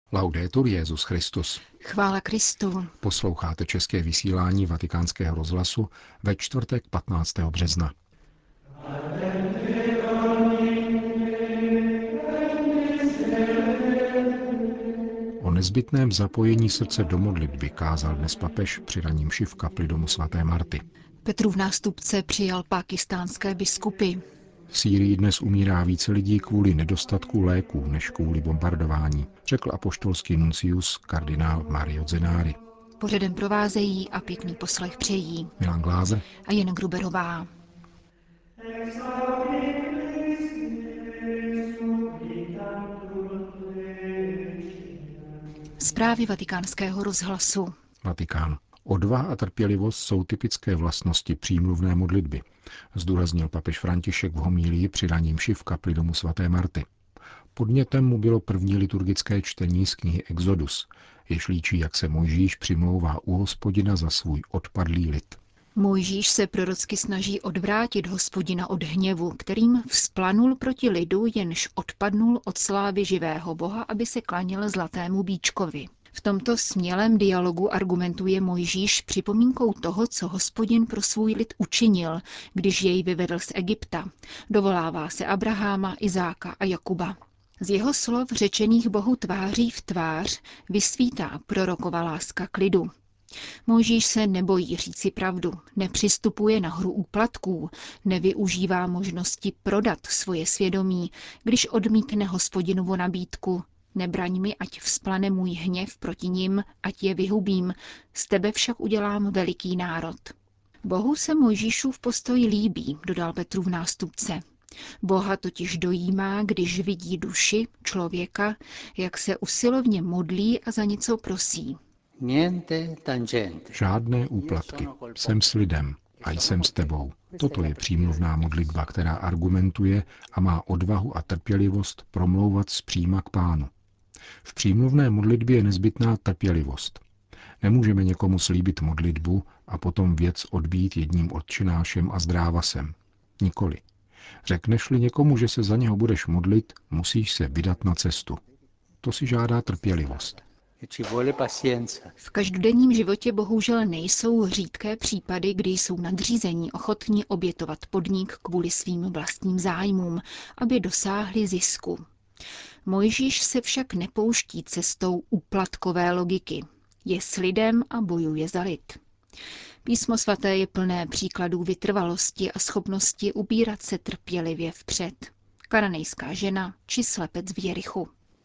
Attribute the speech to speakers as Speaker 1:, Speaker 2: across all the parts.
Speaker 1: Laudetur Jesus Christus.
Speaker 2: Chvála Kristu.
Speaker 1: Posloucháte české vysílání Vatikánského rozhlasu ve čtvrtek 15. března. O nezbytném zapojení srdce do modlitby kázal dnes papež při raní mši v kapli domu svaté Marty.
Speaker 2: Petrův nástupce přijal pákistánské biskupy.
Speaker 1: V Sýrii dnes umírá více lidí kvůli nedostatku léků než kvůli bombardování, řekl apoštolský nuncius kardinál Mario Zenari.
Speaker 2: Pořadem provázejí a pěkný poslech přejí
Speaker 1: Milan Gláze
Speaker 2: a Jana Gruberová. Zprávy Vatikánského rozhlasu.
Speaker 1: Vatikán. Odvaha a trpělivost jsou typické vlastnosti přímluvné modlitby, zdůraznil papež František v homílii při raní mši v kapli domu svaté Marty. Podnětem mu bylo první liturgické čtení z knihy Exodus, jež líčí, jak se Mojžíš přimlouvá u Hospodina za svůj odpadlý lid.
Speaker 2: Mojžíš se prorocky snaží odvrátit Hospodina od hněvu, kterým vzplanul proti lidu, jenž odpadnul od slávy živého Boha, aby se klaněl zlatému bíčkovi. V tomto smělém dialogu argumentuje Mojžíš připomínkou toho, co Hospodin pro svůj lid učinil, když jej vyvedl z Egypta. Dovolává se Abraháma, Izáka a Jakuba. Z jeho slov řečených Bohu tváří v tvář vysvítá prorokova láska k lidu. Mojžíš se nebojí říci pravdu, nepřistupuje na hru úplatků, nevyužívá možnosti prodat svoje svědomí, když odmítne Hospodinovu nabídku. Nebraň mi, ať vzplane můj hněv proti nim, ať je vyhubím, z tebe však udělám veliký národ. Bohu se Mojžíšův postoj líbí, dodal Petrův nástupce. Boha totiž dojímá, když vidí duši, člověka, jak se usilovně modlí a za něco prosí.
Speaker 1: Žádné úplatky. Jsem s lidem a jsem s tebou. Toto je přímluvná modlitba, která argumentuje a má odvahu a trpělivost promlouvat zpříma k Pánu. V přímluvné modlitbě je nezbytná trpělivost. Nemůžeme někomu slíbit modlitbu a potom věc odbít jedním odčinášem a zdrávasem. Nikoli. Řekneš-li někomu, že se za něho budeš modlit, musíš se vydat na cestu. To si žádá trpělivost.
Speaker 2: V každodenním životě bohužel nejsou řídké případy, kdy jsou nadřízení ochotní obětovat podnik kvůli svým vlastním zájmům, aby dosáhli zisku. Mojžíš se však nepouští cestou úplatkové logiky. Je s lidem a bojuje za lid. Písmo svaté je plné příkladů vytrvalosti a schopnosti ubírat se trpělivě vpřed. Kananejská žena či slepec v Jerichu.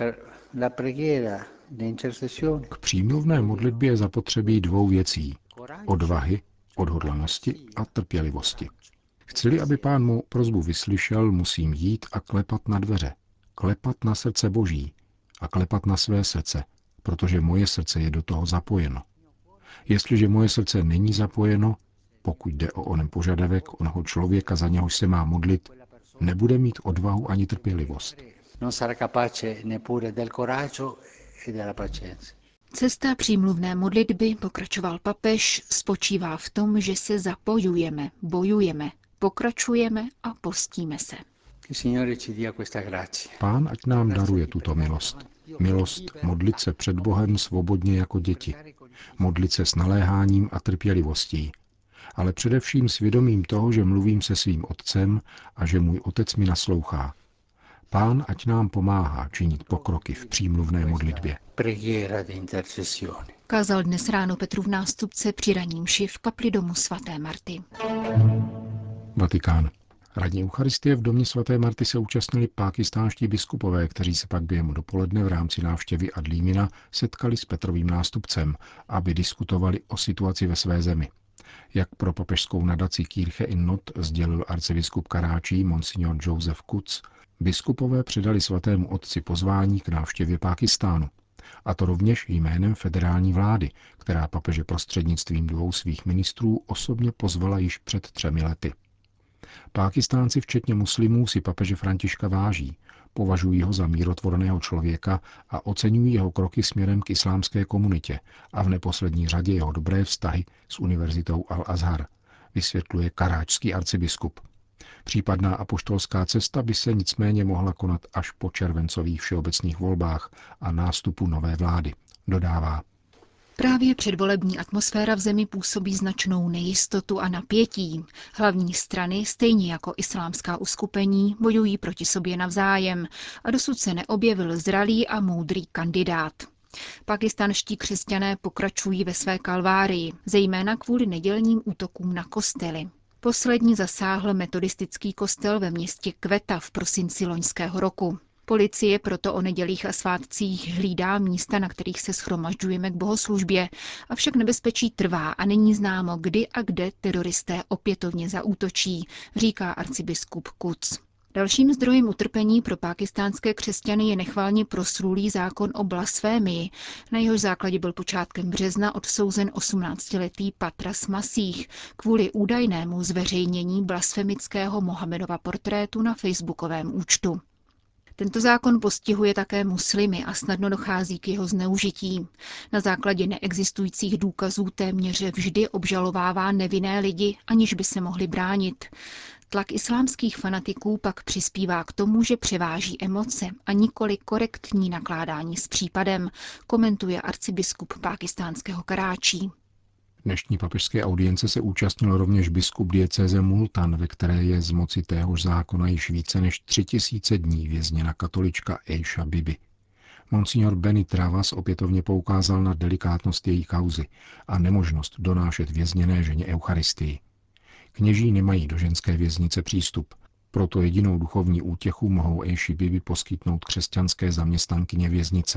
Speaker 1: K přímluvné modlitbě je zapotřebí dvou věcí. Odvahy, odhodlanosti a trpělivosti. Chci-li, aby Pán mou prosbu vyslyšel, musím jít a klepat na dveře. Klepat na srdce Boží a klepat na své srdce, protože moje srdce je do toho zapojeno. Jestliže moje srdce není zapojeno, pokud jde o onen požadavek, onoho člověka, za něhož se má modlit, nebude mít odvahu ani trpělivost.
Speaker 2: Cesta přímluvné modlitby, pokračoval papež, spočívá v tom, že se zapojujeme, bojujeme, pokračujeme a postíme se.
Speaker 1: Pán ať nám daruje tuto milost. Milost modlit se před Bohem svobodně jako děti. Modlit se s naléháním a trpělivostí. Ale především svědomím toho, že mluvím se svým otcem a že můj otec mi naslouchá. Pán ať nám pomáhá činit pokroky v přímluvné modlitbě.
Speaker 2: Kázal dnes ráno Petrův nástupce při raní mši v kapli domu svaté Marty.
Speaker 1: Vatikán. Radní eucharistie v domě svaté Marty se účastnili pákistánští biskupové, kteří se pak během dopoledne v rámci návštěvy Adlímina setkali s Petrovým nástupcem, aby diskutovali o situaci ve své zemi. Jak pro papežskou nadaci Kirche in Not sdělil arcibiskup Karáčí monsignor Joseph Kutz, biskupové předali svatému otci pozvání k návštěvě Pákistánu. A to rovněž jménem federální vlády, která papeže prostřednictvím dvou svých ministrů osobně pozvala již před 3 lety. Pákistánci včetně muslimů si papeže Františka váží, považují ho za mírotvorného člověka a oceňují jeho kroky směrem k islámské komunitě a v neposlední řadě jeho dobré vztahy s univerzitou Al-Azhar, vysvětluje karáčský arcibiskup. Případná apoštolská cesta by se nicméně mohla konat až po červencových všeobecných volbách a nástupu nové vlády, dodává.
Speaker 2: Právě předvolební atmosféra v zemi působí značnou nejistotu a napětí. Hlavní strany, stejně jako islámská uskupení, bojují proti sobě navzájem a dosud se neobjevil zralý a moudrý kandidát. Pakistanští křesťané pokračují ve své kalvárii, zejména kvůli nedělním útokům na kostely. Poslední zasáhl metodistický kostel ve městě Kveta v prosinci loňského roku. Policie proto o nedělích a svátcích hlídá místa, na kterých se shromažďujeme k bohoslužbě, avšak nebezpečí trvá a není známo, kdy a kde teroristé opětovně zaútočí, říká arcibiskup Quds. Dalším zdrojem utrpení pro pákistánské křesťany je nechvalně proslulý zákon o blasfémii. Na jehož základě byl počátkem března odsouzen 18-letý Patras Masih kvůli údajnému zveřejnění blasfemického Mohamedova portrétu na facebookovém účtu. Tento zákon postihuje také muslimy a snadno dochází k jeho zneužití. Na základě neexistujících důkazů téměř vždy obžalovává nevinné lidi, aniž by se mohli bránit. Tlak islámských fanatiků pak přispívá k tomu, že převáží emoce a nikoli korektní nakládání s případem, komentuje arcibiskup pákistánského Karáčí.
Speaker 1: Dnešní papežské audience se účastnil rovněž biskup diecéze Multan, ve které je z moci téhož zákona již více než 3000 dní vězněna katolička Aisha Bibi. Monsignor Benny Travas opětovně poukázal na delikátnost její kauzy a nemožnost donášet vězněné ženě eucharistii. Kněží nemají do ženské věznice přístup, proto jedinou duchovní útěchu mohou Aiši Bibi poskytnout křesťanské zaměstnankyně věznice.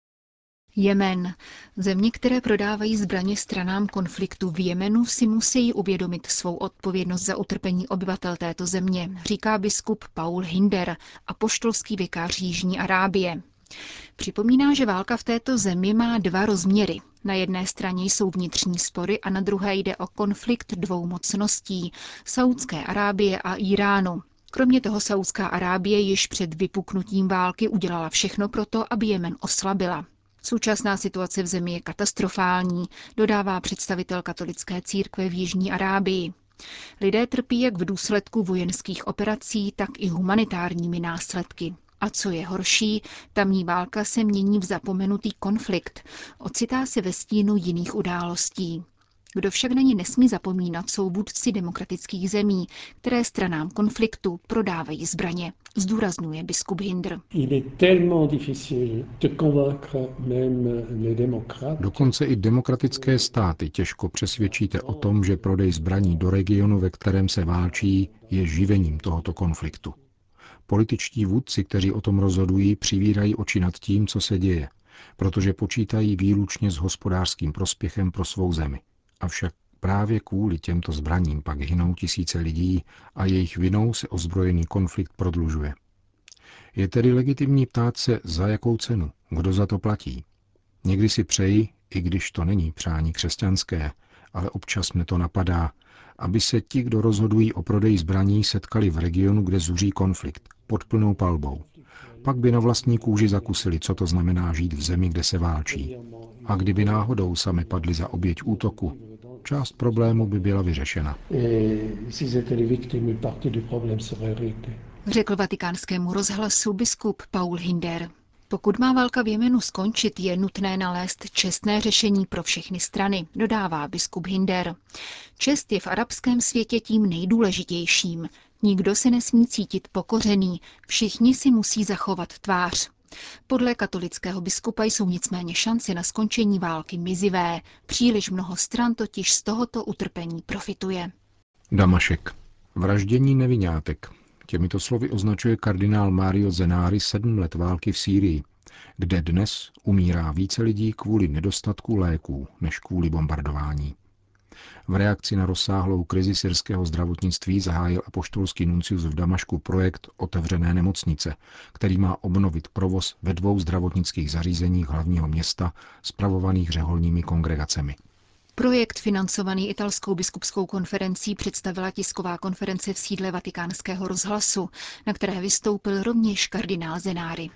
Speaker 2: Jemen. Země, které prodávají zbraně stranám konfliktu v Jemenu, si musí uvědomit svou odpovědnost za utrpení obyvatel této země, říká biskup Paul Hinder, apoštolský vikář Jižní Arábie. Připomíná, že válka v této zemi má dva rozměry. Na jedné straně jsou vnitřní spory a na druhé jde o konflikt dvou mocností, Saúdské Arábie a Íránu. Kromě toho Saúdská Arábie již před vypuknutím války udělala všechno proto, aby Jemen oslabila. Současná situace v zemi je katastrofální, dodává představitel katolické církve v Jižní Arábii. Lidé trpí jak v důsledku vojenských operací, tak i humanitárními následky. A co je horší, tamní válka se mění v zapomenutý konflikt, ocitá se ve stínu jiných událostí. Kdo však na ně nesmí zapomínat, jsou vůdci demokratických zemí, které stranám konfliktu prodávají zbraně, zdůrazňuje biskup Hinder.
Speaker 1: Dokonce i demokratické státy těžko přesvědčíte o tom, že prodej zbraní do regionu, ve kterém se válčí, je živením tohoto konfliktu. Političtí vůdci, kteří o tom rozhodují, přivírají oči nad tím, co se děje, protože počítají výlučně s hospodářským prospěchem pro svou zemi. Avšak právě kvůli těmto zbraním pak hynou tisíce lidí a jejich vinou se ozbrojený konflikt prodlužuje. Je tedy legitimní ptát se, za jakou cenu, kdo za to platí. Někdy si přeji, i když to není přání křesťanské, ale občas mne to napadá, aby se ti, kdo rozhodují o prodeji zbraní, setkali v regionu, kde zuří konflikt, pod plnou palbou. Pak by na vlastní kůži zakusili, co to znamená žít v zemi, kde se válčí. A kdyby náhodou sami padli za oběť útoku, část problému by byla vyřešena.
Speaker 2: Řekl Vatikánskému rozhlasu biskup Paul Hinder. Pokud má válka v Jemenu skončit, je nutné nalézt čestné řešení pro všechny strany, dodává biskup Hinder. Čest je v arabském světě tím nejdůležitějším. Nikdo se nesmí cítit pokořený, všichni si musí zachovat tvář. Podle katolického biskupa jsou nicméně šance na skončení války mizivé. Příliš mnoho stran totiž z tohoto utrpení profituje.
Speaker 1: Damašek. Vraždění neviňátek. Těmito slovy označuje kardinál Mario Zenari 7 let války v Sýrii, kde dnes umírá více lidí kvůli nedostatku léků než kvůli bombardování. V reakci na rozsáhlou krizi syrského zdravotnictví zahájil apoštolský nuncius v Damašku projekt Otevřené nemocnice, který má obnovit provoz ve 2 zdravotnických zařízeních hlavního města spravovaných řeholními kongregacemi.
Speaker 2: Projekt financovaný italskou biskupskou konferencí představila tisková konference v sídle Vatikánského rozhlasu, na které vystoupil rovněž kardinál Zenari.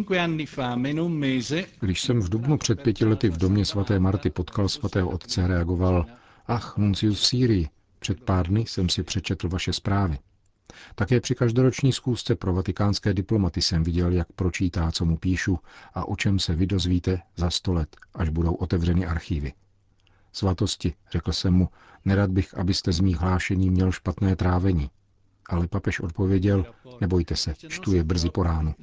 Speaker 1: Když jsem v dubnu před 5 lety v domě svaté Marty potkal svatého otce, reagoval: Ach, nuncius v Sýrii, před pár dny jsem si přečetl vaše zprávy. Také při každoroční schůzce pro vatikánské diplomaty jsem viděl, jak pročítá, co mu píšu a o čem se vy dozvíte za 100 let, až budou otevřeny archívy. Svatosti, řekl jsem mu, nerad bych, abyste z mých hlášení měl špatné trávení. Ale papež odpověděl, nebojte se, čtu je brzy po ránu.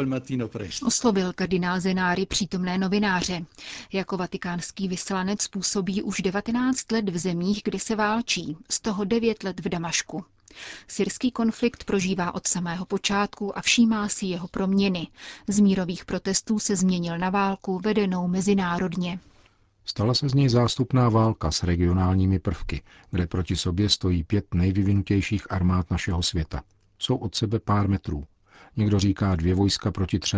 Speaker 2: Oslovil kardinál Zenari přítomné novináře. Jako vatikánský vyslanec působí už 19 let v zemích, kde se válčí, z toho 9 let v Damašku. Syrský konflikt prožívá od samého počátku a všímá si jeho proměny. Z mírových protestů se změnil na válku vedenou mezinárodně.
Speaker 1: Stala se z něj zástupná válka s regionálními prvky, kde proti sobě stojí 5 nejvyvinutějších armád našeho světa. Jsou od sebe pár metrů. Někdo říká 2 vojska proti 3.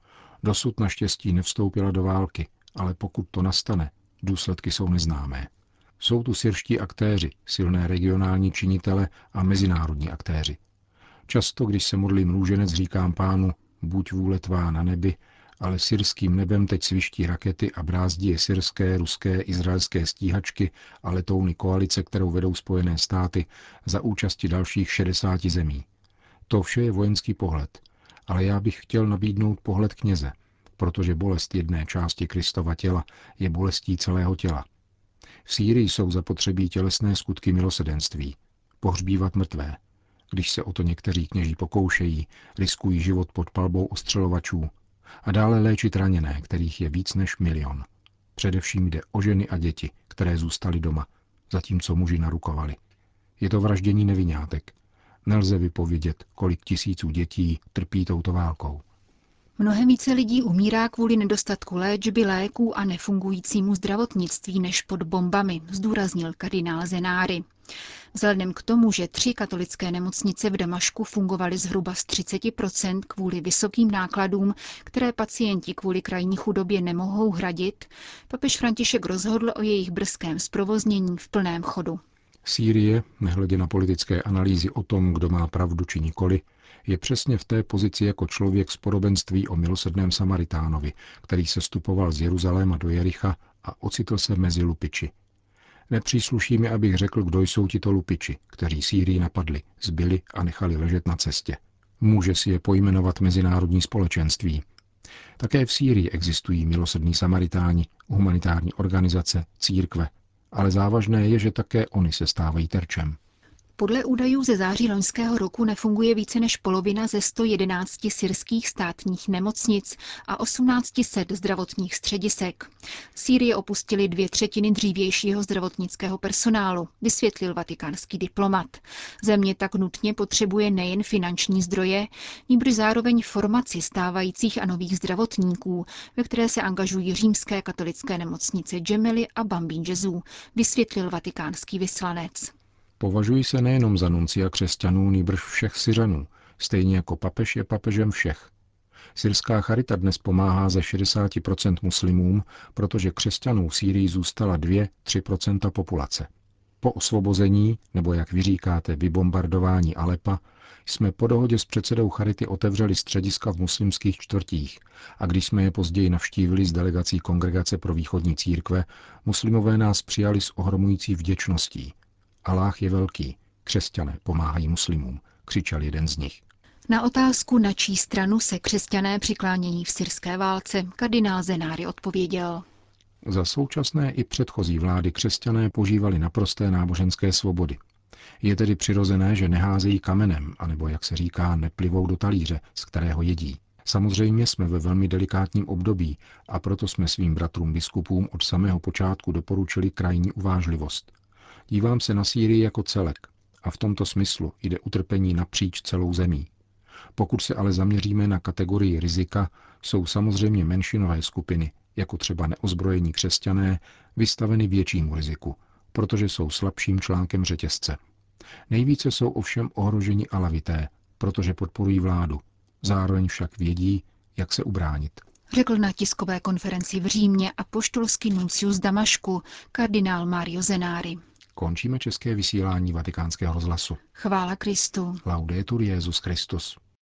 Speaker 1: Dosud naštěstí nevstoupila do války, ale pokud to nastane, důsledky jsou neznámé. Jsou tu syrští aktéři, silné regionální činitele a mezinárodní aktéři. Často, když se modlím růženec, říkám Pánu, buď vůle tvá na nebi, ale syrským nebem teď sviští rakety a brázdí je syrské, ruské, izraelské stíhačky a letouny koalice, kterou vedou Spojené státy za účasti dalších 60 zemí. To vše je vojenský pohled, ale já bych chtěl nabídnout pohled kněze, protože bolest jedné části Kristova těla je bolestí celého těla. V Sýrii jsou zapotřebí tělesné skutky milosrdenství, pohřbívat mrtvé. Když se o to někteří kněží pokoušejí, riskují život pod palbou ostřelovačů, a dále léčit raněné, kterých je víc než 1 000 000. Především jde o ženy a děti, které zůstaly doma, zatímco muži narukovali. Je to vraždění neviňátek. Nelze vypovědět, kolik tisíců dětí trpí touto válkou.
Speaker 2: Mnohem více lidí umírá kvůli nedostatku léčby, léků a nefungujícímu zdravotnictví než pod bombami, zdůraznil kardinál Zenari. Vzhledem k tomu, že 3 katolické nemocnice v Damašku fungovaly zhruba z 30% kvůli vysokým nákladům, které pacienti kvůli krajní chudobě nemohou hradit, papež František rozhodl o jejich brzkém zprovoznění v plném chodu.
Speaker 1: Sýrie, nehledě na politické analýzy o tom, kdo má pravdu či nikoli, je přesně v té pozici jako člověk z podobenství o milosrdném Samaritánovi, který se stupoval z Jeruzaléma do Jericha a ocitl se mezi lupiči. Nepřísluší mi, abych řekl, kdo jsou tito lupiči, kteří Sýrii napadli, zbili a nechali ležet na cestě. Může si je pojmenovat mezinárodní společenství. Také v Sýrii existují milosrdní Samaritáni, humanitární organizace, církve, ale závažné je, že také oni se stávají terčem.
Speaker 2: Podle údajů ze září loňského roku nefunguje více než polovina ze 111 syrských státních nemocnic a 1800 zdravotních středisek. Sýrii opustili 2/3 dřívějšího zdravotnického personálu, vysvětlil vatikánský diplomat. Země tak nutně potřebuje nejen finanční zdroje, nýbrž zároveň formaci stávajících a nových zdravotníků, ve které se angažují římské katolické nemocnice Gemelli a Bambin Gesù, vysvětlil vatikánský vyslanec.
Speaker 1: Považují se nejenom za nuncia křesťanů, nýbrž všech Syřanů, stejně jako papež je papežem všech. Syrská charita dnes pomáhá ze 60% muslimům, protože křesťanů v Sýrii zůstala 2-3% populace. Po osvobození, nebo jak vy říkáte, vybombardování Alepa, jsme po dohodě s předsedou charity otevřeli střediska v muslimských čtvrtích a když jsme je později navštívili s delegací Kongregace pro východní církve, muslimové nás přijali s ohromující vděčností. Aláh je velký, křesťané pomáhají muslimům, křičel jeden z nich.
Speaker 2: Na otázku, na čí stranu se křesťané přiklánějí v syrské válce, kardinál Zenari odpověděl.
Speaker 1: Za současné i předchozí vlády křesťané požívali naprosté náboženské svobody. Je tedy přirozené, že neházejí kamenem, anebo, jak se říká, neplivou do talíře, z kterého jedí. Samozřejmě jsme ve velmi delikátním období a proto jsme svým bratrům biskupům od samého počátku doporučili krajní uvážlivost. Dívám se na Sýrii jako celek a v tomto smyslu jde utrpení napříč celou zemí. Pokud se ale zaměříme na kategorii rizika, jsou samozřejmě menšinové skupiny, jako třeba neozbrojení křesťané, vystaveny většímu riziku, protože jsou slabším článkem řetězce. Nejvíce jsou ovšem ohroženi alavité, protože podporují vládu. Zároveň však vědí, jak se ubránit.
Speaker 2: Řekl na tiskové konferenci v Římě apoštolský nuncius Damašku, kardinál Mario Zenari.
Speaker 1: Končíme české vysílání Vatikánského rozhlasu.
Speaker 2: Chvála Kristu.
Speaker 1: Laudetur Jesus Christus.